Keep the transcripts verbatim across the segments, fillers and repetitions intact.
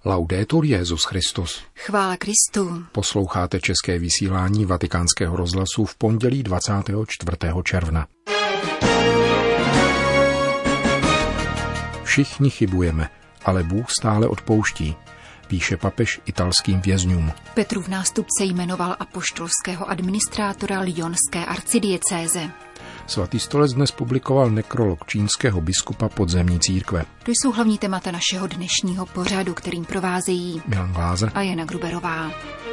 Laudetur Jesus Christus. Chvála Kristu. Posloucháte české vysílání Vatikánského rozhlasu v pondělí dvacátého čtvrtého června. Všichni chybujeme, ale Bůh stále odpouští, píše papež italským vězňům. Petrův nástupce jmenoval apoštolského administrátora lyonské arcidiecéze. Svatý stolec dnes publikoval nekrolog čínského biskupa podzemní církve. To jsou hlavní témata našeho dnešního pořadu, kterým provázejí Milan Glázer a Jana Gruberová.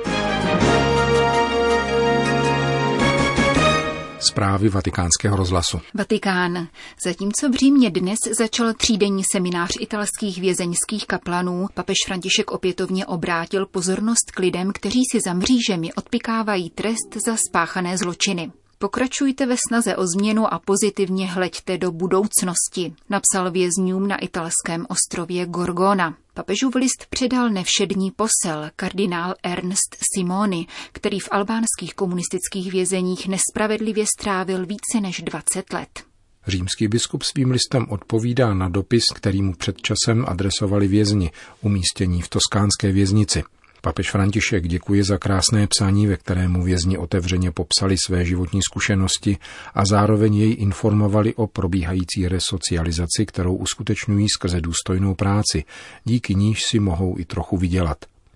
Zprávy Vatikánského rozhlasu. Vatikán. Zatímco v Římě dnes začal třídenní seminář italských vězeňských kaplanů, papež František opětovně obrátil pozornost k lidem, kteří si za mřížemi odpikávají trest za spáchané zločiny. Pokračujte ve snaze o změnu a pozitivně hleďte do budoucnosti, napsal vězňům na italském ostrově Gorgona. Papežův list předal nevšední posel kardinál Ernst Simoni, který v albánských komunistických vězeních nespravedlivě strávil více než dvacet let. Římský biskup svým listem odpovídá na dopis, který mu před časem adresovali vězni, umístění v toskánské věznici. Papež František děkuje za krásné psání, ve kterému vězni otevřeně popsali své životní zkušenosti a zároveň jej informovali o probíhající resocializaci, kterou uskutečňují skrze důstojnou práci, díky níž si mohou i trochu vydělat.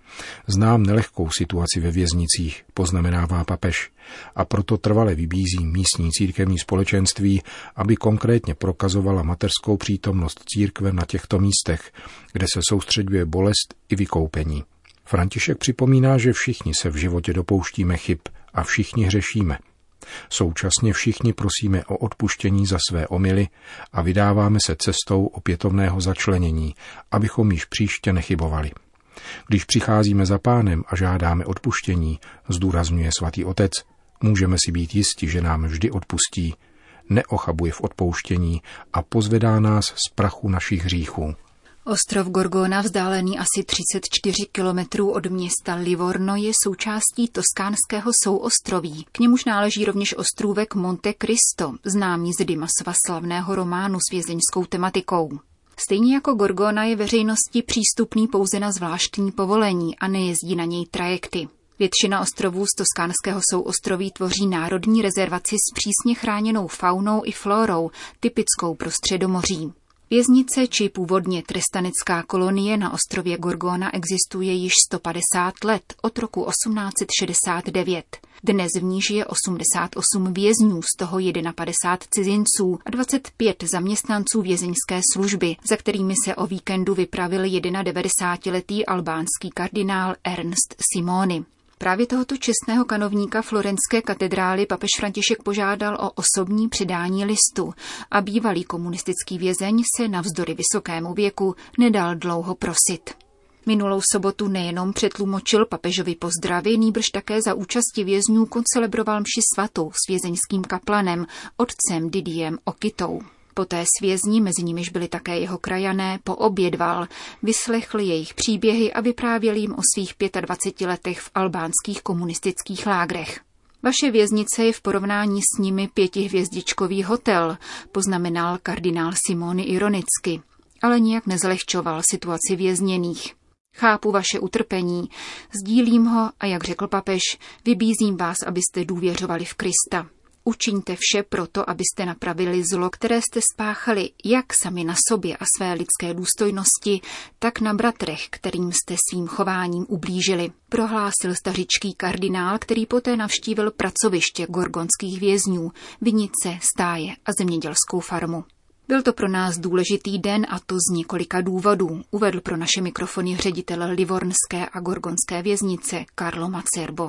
Znám nelehkou situaci ve věznicích, poznamenává papež, a proto trvale vybízí místní církevní společenství, aby konkrétně prokazovala mateřskou přítomnost církve na těchto místech, kde se soustřeďuje bolest i vykoupení. František připomíná, že všichni se v životě dopouštíme chyb a všichni hřešíme. Současně všichni prosíme o odpuštění za své omyly a vydáváme se cestou opětovného začlenění, abychom již příště nechybovali. Když přicházíme za Pánem a žádáme odpuštění, zdůrazňuje svatý otec, můžeme si být jisti, že nám vždy odpustí, neochabuje v odpouštění a pozvedá nás z prachu našich hříchů. Ostrov Gorgona, vzdálený asi třicet čtyři kilometrů od města Livorno, je součástí toskánského souostroví. K němuž náleží rovněž ostrůvek Monte Cristo, známý z Dimasova slavného románu s vězeňskou tematikou. Stejně jako Gorgona je veřejnosti přístupný pouze na zvláštní povolení a nejezdí na něj trajekty. Většina ostrovů z toskánského souostroví tvoří národní rezervaci s přísně chráněnou faunou i flórou, typickou pro Středomoří. Věznice či původně trestanecká kolonie na ostrově Gorgona existuje již sto padesát let, od roku osmnáct set šedesát devět. Dnes v ní žije osmdesát osm vězňů, z toho padesát jedna cizinců a dvacet pět zaměstnanců vězeňské služby, za kterými se o víkendu vypravil devadesátiletý albánský kardinál Ernst Simoni. Právě tohoto čestného kanovníka florenské katedrály papež František požádal o osobní předání listu a bývalý komunistický vězeň se navzdory vysokému věku nedal dlouho prosit. Minulou sobotu nejenom přetlumočil papežovi pozdravy, nýbrž také za účasti vězňů koncelebroval mši svatou s vězeňským kaplanem, otcem Didiem Okitou. Poté s vězni, mezi nimiž byli také jeho krajané, poobědval, vyslechl jejich příběhy a vyprávěl jim o svých dvaceti pěti letech v albánských komunistických lágrech. Vaše věznice je v porovnání s nimi pětihvězdičkový hotel, poznamenal kardinál Simoni ironicky, ale nijak nezlehčoval situaci vězněných. Chápu vaše utrpení, sdílím ho a, jak řekl papež, vybízím vás, abyste důvěřovali v Krista. Učiňte vše proto, abyste napravili zlo, které jste spáchali jak sami na sobě a své lidské důstojnosti, tak na bratrech, kterým jste svým chováním ublížili, prohlásil stařičký kardinál, který poté navštívil pracoviště gorgonských vězňů, vinice, stáje a zemědělskou farmu. Byl to pro nás důležitý den a to z několika důvodů, uvedl pro naše mikrofony ředitel livornské a gorgonské věznice Carlo Macerbo.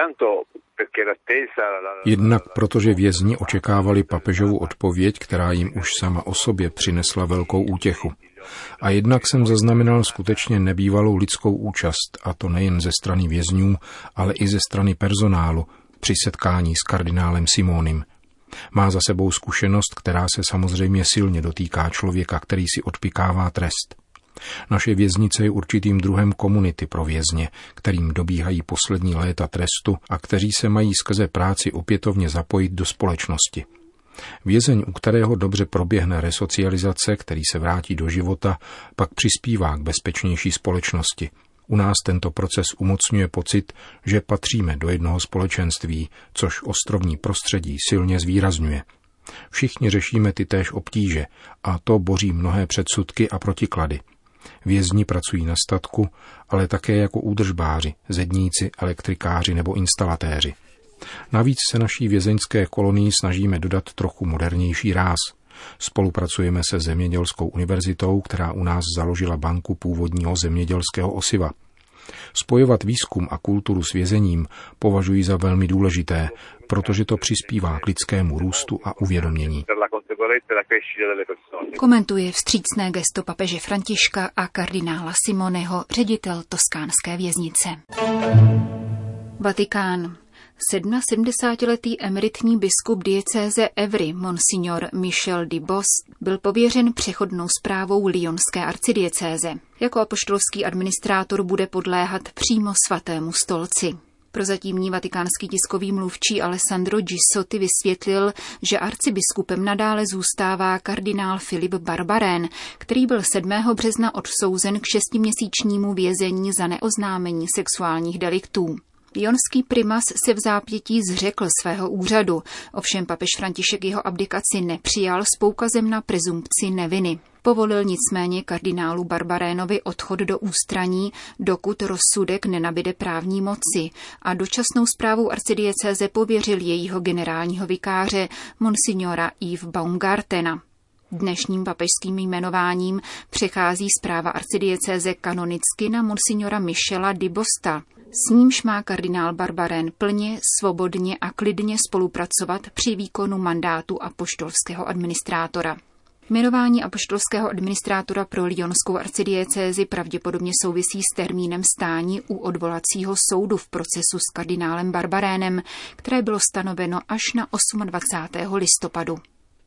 Jednak protože vězni očekávali papežovu odpověď, která jim už sama o sobě přinesla velkou útěchu. A jednak jsem zaznamenal skutečně nebývalou lidskou účast, a to nejen ze strany vězňů, ale i ze strany personálu, při setkání s kardinálem Simonim. Má za sebou zkušenost, která se samozřejmě silně dotýká člověka, který si odpykává trest. Naše věznice je určitým druhem komunity pro vězně, kterým dobíhají poslední léta trestu a kteří se mají skrze práci opětovně zapojit do společnosti. Vězeň, u kterého dobře proběhne resocializace, který se vrátí do života, pak přispívá k bezpečnější společnosti. U nás tento proces umocňuje pocit, že patříme do jednoho společenství, což ostrovní prostředí silně zvýrazňuje. Všichni řešíme tytéž obtíže a to boří mnohé předsudky a protiklady. Vězni pracují na statku, ale také jako údržbáři, zedníci, elektrikáři nebo instalatéři. Navíc se naší vězeňské kolonii snažíme dodat trochu modernější ráz. Spolupracujeme se Zemědělskou univerzitou, která u nás založila banku původního zemědělského osiva. Spojovat výzkum a kulturu s vězením považuji za velmi důležité, protože to přispívá k lidskému růstu a uvědomění. Komentuje vstřícné gesto papeže Františka a kardinála Simoneho, ředitel toskánské věznice. Vatikán. sedmasedmdesátiletý emeritní biskup diecéze Évry, monsignor Michel de Bos, byl pověřen přechodnou správou lyonské arcidiecéze. Jako apoštolský administrátor bude podléhat přímo svatému stolci. Prozatímní vatikánský tiskový mluvčí Alessandro Gissotti vysvětlil, že arcibiskupem nadále zůstává kardinál Filip Barbarén, který byl sedmého března odsouzen k šestiměsíčnímu vězení za neoznámení sexuálních deliktů. Lyonský primas se v zápětí zřekl svého úřadu, ovšem papež František jeho abdikaci nepřijal s poukazem na prezumpci neviny. Povolil nicméně kardinálu Barbarénovi odchod do ústraní, dokud rozsudek nenabyde právní moci, a dočasnou správou arcidiecéze pověřil jejího generálního vikáře monsignora Yves Baumgartena. Dnešním papežským jmenováním přechází správa arcidiecéze kanonicky na monsignora Michela de Bosta. S nímž má kardinál Barbarén plně, svobodně a klidně spolupracovat při výkonu mandátu apoštolského administrátora. Jmenování apoštolského administrátora pro lyonskou arcidiecézi pravděpodobně souvisí s termínem stání u odvolacího soudu v procesu s kardinálem Barbarénem, které bylo stanoveno až na dvacátého osmého listopadu.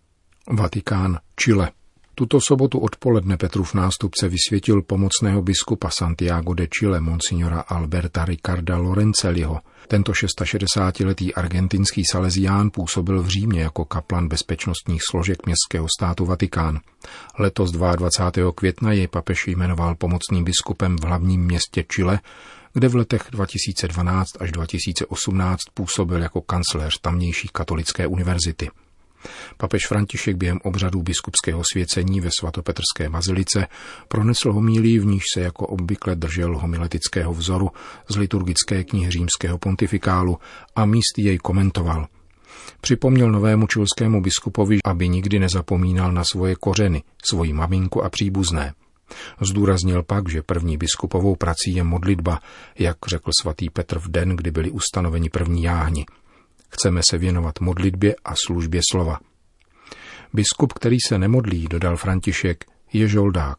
Vatikán, Chile. Tuto sobotu odpoledne Petrův nástupce vysvětil pomocného biskupa Santiago de Chile monsignora Alberta Ricarda Lorenzeliho. Tento šedesátišestiletý argentinský salezián působil v Římě jako kaplan bezpečnostních složek městského státu Vatikán. Letos dvacátého druhého května jej papež jmenoval pomocným biskupem v hlavním městě Chile, kde v letech dva tisíce dvanáct až dva tisíce osmnáct působil jako kancléř tamnější katolické univerzity. Papež František během obřadu biskupského svěcení ve svatopetrské bazilice pronesl homílii, v níž se jako obvykle držel homiletického vzoru z liturgické knihy římského pontifikálu a místy jej komentoval. Připomněl novému chilskému biskupovi, aby nikdy nezapomínal na svoje kořeny, svoji maminku a příbuzné. Zdůraznil pak, že první biskupovou prací je modlitba, jak řekl svatý Petr v den, kdy byli ustanoveni první jáhni. Chceme se věnovat modlitbě a službě slova. Biskup, který se nemodlí, dodal František, je žoldák.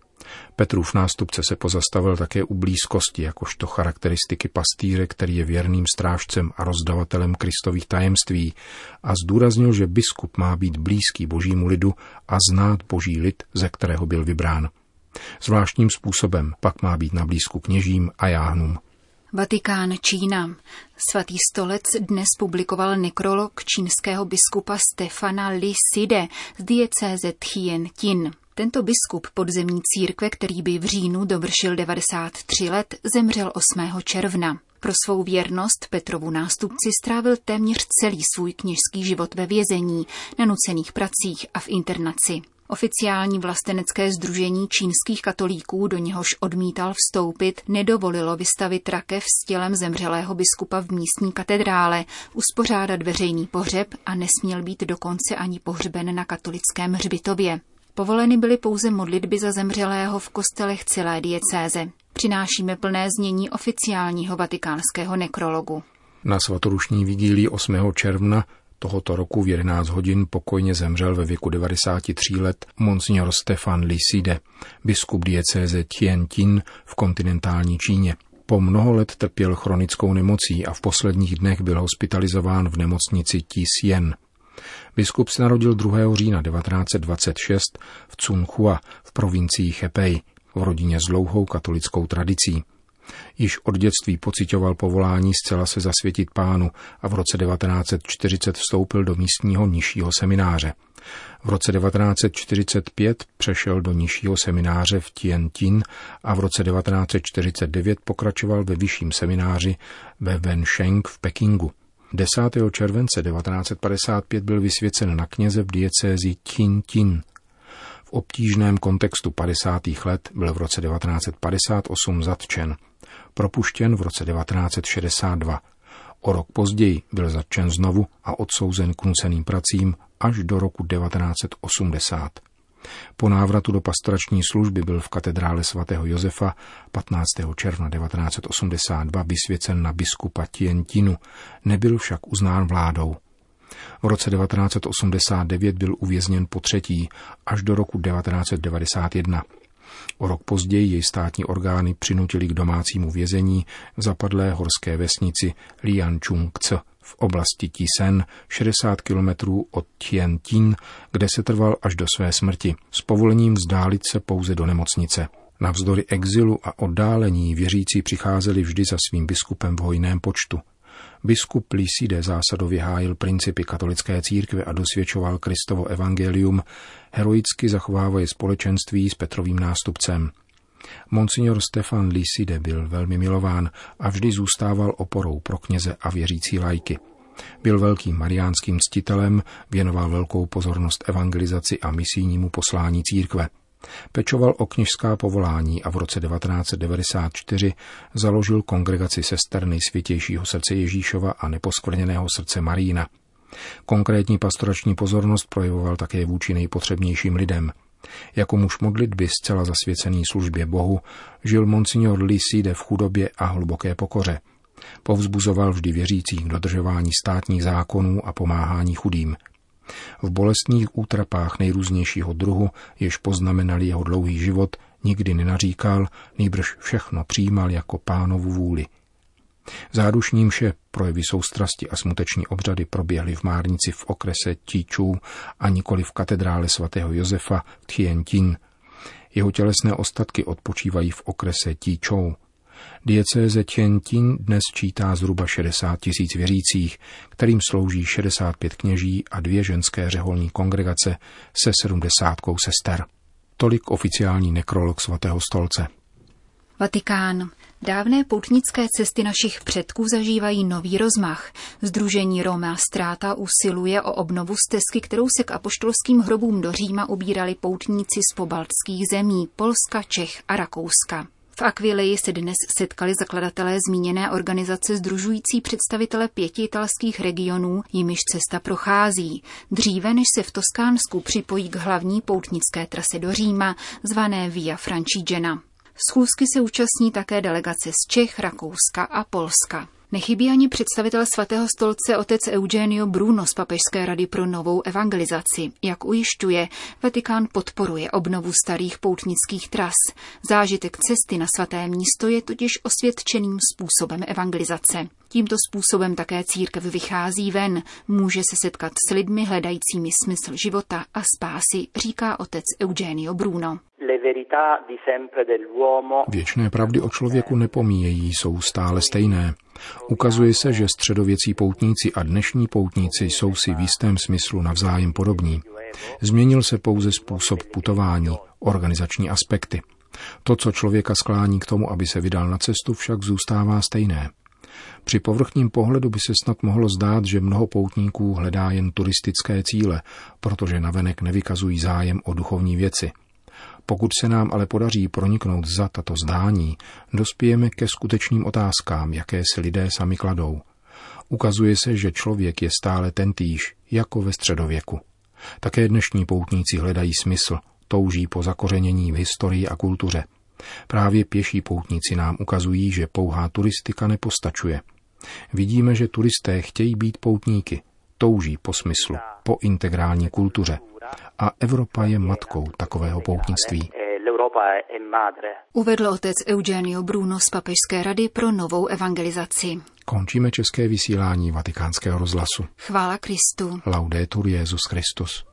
Petrův nástupce se pozastavil také u blízkosti, jakožto charakteristiky pastýře, který je věrným strážcem a rozdavatelem Kristových tajemství, a zdůraznil, že biskup má být blízký božímu lidu a znát boží lid, ze kterého byl vybrán. Zvláštním způsobem pak má být na blízku kněžím a jáhnům. Vatikán, Čína. Svatý stolec dnes publikoval nekrolog čínského biskupa Stefana Li Side z diecéze Tianjin. Tento biskup podzemní církve, který by v říjnu dovršil devadesát tři let, zemřel osmého června. Pro svou věrnost Petrovu nástupci strávil téměř celý svůj kněžský život ve vězení, na nucených pracích a v internaci. Oficiální vlastenecké sdružení čínských katolíků, do něhož odmítal vstoupit, nedovolilo vystavit rakev s tělem zemřelého biskupa v místní katedrále, uspořádat veřejný pohřeb a nesměl být dokonce ani pohřben na katolickém hřbitově. Povoleny byly pouze modlitby za zemřelého v kostelech celé diecéze. Přinášíme plné znění oficiálního vatikánského nekrologu. Na svatodušní vigílii osmého června tohoto roku v jedenáct hodin pokojně zemřel ve věku devadesáti tří let monsignor Stefan Li Side, biskup diecéze Tianjin v kontinentální Číně. Po mnoho let trpěl chronickou nemocí a v posledních dnech byl hospitalizován v nemocnici Tisien. Biskup se narodil druhého října devatenáct set dvacet šest v Cunhua v provincii Hebei v rodině s dlouhou katolickou tradicí. Již od dětství pociťoval povolání zcela se zasvětit Pánu a v roce devatenáct set čtyřicet vstoupil do místního nižšího semináře. V roce devatenáct set čtyřicet pět přešel do nižšího semináře v Tianjin a v roce devatenáct set čtyřicet devět pokračoval ve vyšším semináři ve Wensheng v Pekingu. desátého července devatenáct set padesát pět byl vysvěcen na kněze v diecézi Tianjin. V obtížném kontextu padesátých let byl v roce devatenáct set padesát osm zatčen. Propuštěn v roce devatenáct set šedesát dva. O rok později byl zatčen znovu a odsouzen k nuceným pracím až do roku devatenáct set osmdesát. Po návratu do pastorační služby byl v katedrále svatého Josefa patnáctého června devatenáct set osmdesát dva vysvěcen na biskupa Tianjinu, nebyl však uznán vládou. V roce devatenáct set osmdesát devět byl uvězněn po třetí až do roku devatenáct set devadesát jedna. O rok později jej státní orgány přinutili k domácímu vězení v zapadlé horské vesnici Lianchungce v oblasti Tisen, šedesát kilometrů od Tianjin, kde se trval až do své smrti, s povolením vzdálit se pouze do nemocnice. Navzdory exilu a oddálení věřící přicházeli vždy za svým biskupem v hojném počtu. Biskup Liside zásadově hájil principy katolické církve a dosvědčoval Kristovo evangelium, heroicky zachovávaje společenství s Petrovým nástupcem. Monsignor Stefan Liside byl velmi milován a vždy zůstával oporou pro kněze a věřící laiky. Byl velkým mariánským ctitelem, věnoval velkou pozornost evangelizaci a misijnímu poslání církve. Pečoval o kněžská povolání a v roce devatenáct set devadesát čtyři založil kongregaci sester Nejsvětějšího srdce Ježíšova a Neposkvrněného srdce Marína. Konkrétní pastorační pozornost projevoval také vůči nejpotřebnějším lidem. Jako muž modlitby zcela zasvěcený službě Bohu žil monsignor Liside v chudobě a hluboké pokoře. Povzbuzoval vždy věřící k dodržování státních zákonů a pomáhání chudým. V bolestných útrapách nejrůznějšího druhu, jež poznamenali jeho dlouhý život, nikdy nenaříkal, nýbrž všechno přijímal jako Pánovu vůli. Zádušní mše, projevy soustrasti a smuteční obřady proběhly v Márnici v okrese Tíčů a nikoli v katedrále svatého Josefa v Tianjin. Jeho tělesné ostatky odpočívají v okrese Tíčou. Diecéze Tianjin dnes čítá zhruba šedesát tisíc věřících, kterým slouží šedesát pět kněží a dvě ženské řeholní kongregace se sedmdesátkou sester. Tolik oficiální nekrolog svatého stolce. Vatikán. Dávné poutnické cesty našich předků zažívají nový rozmach. Sdružení Roma Strata usiluje o obnovu stezky, kterou se k apoštolským hrobům do Říma ubírali poutníci z pobaltských zemí, Polska, Čech a Rakouska. V Aquileji se dnes setkali zakladatelé zmíněné organizace sdružující představitele pěti italských regionů, jimiž cesta prochází, dříve než se v Toskánsku připojí k hlavní poutnické trase do Říma, zvané Via Francigena. Schůzky se účastní také delegace z Čech, Rakouska a Polska. Nechybí ani představitel svatého stolce otec Eugenio Bruno z Papežské rady pro novou evangelizaci. Jak ujišťuje, Vatikán podporuje obnovu starých poutnických tras. Zážitek cesty na svaté místo je totiž osvědčeným způsobem evangelizace. Tímto způsobem také církev vychází ven, může se setkat s lidmi hledajícími smysl života a spásy, říká otec Eugenio Bruno. Věčné pravdy o člověku nepomíjejí, jsou stále stejné. Ukazuje se, že středověcí poutníci a dnešní poutníci jsou si v jistém smyslu navzájem podobní. Změnil se pouze způsob putování, organizační aspekty. To, co člověka sklání k tomu, aby se vydal na cestu, však zůstává stejné. Při povrchním pohledu by se snad mohlo zdát, že mnoho poutníků hledá jen turistické cíle, protože navenek nevykazují zájem o duchovní věci. Pokud se nám ale podaří proniknout za tato zdání, dospějeme ke skutečným otázkám, jaké si lidé sami kladou. Ukazuje se, že člověk je stále tentýž, jako ve středověku. Také dnešní poutníci hledají smysl, touží po zakořenění v historii a kultuře. Právě pěší poutníci nám ukazují, že pouhá turistika nepostačuje. Vidíme, že turisté chtějí být poutníky, touží po smyslu, po integrální kultuře. A Evropa je matkou takového poutnictví. Uvedl otec Eugenio Bruno z Papežské rady pro novou evangelizaci. Končíme české vysílání Vatikánského rozhlasu. Chvála Kristu. Laudetur Jesus Christus.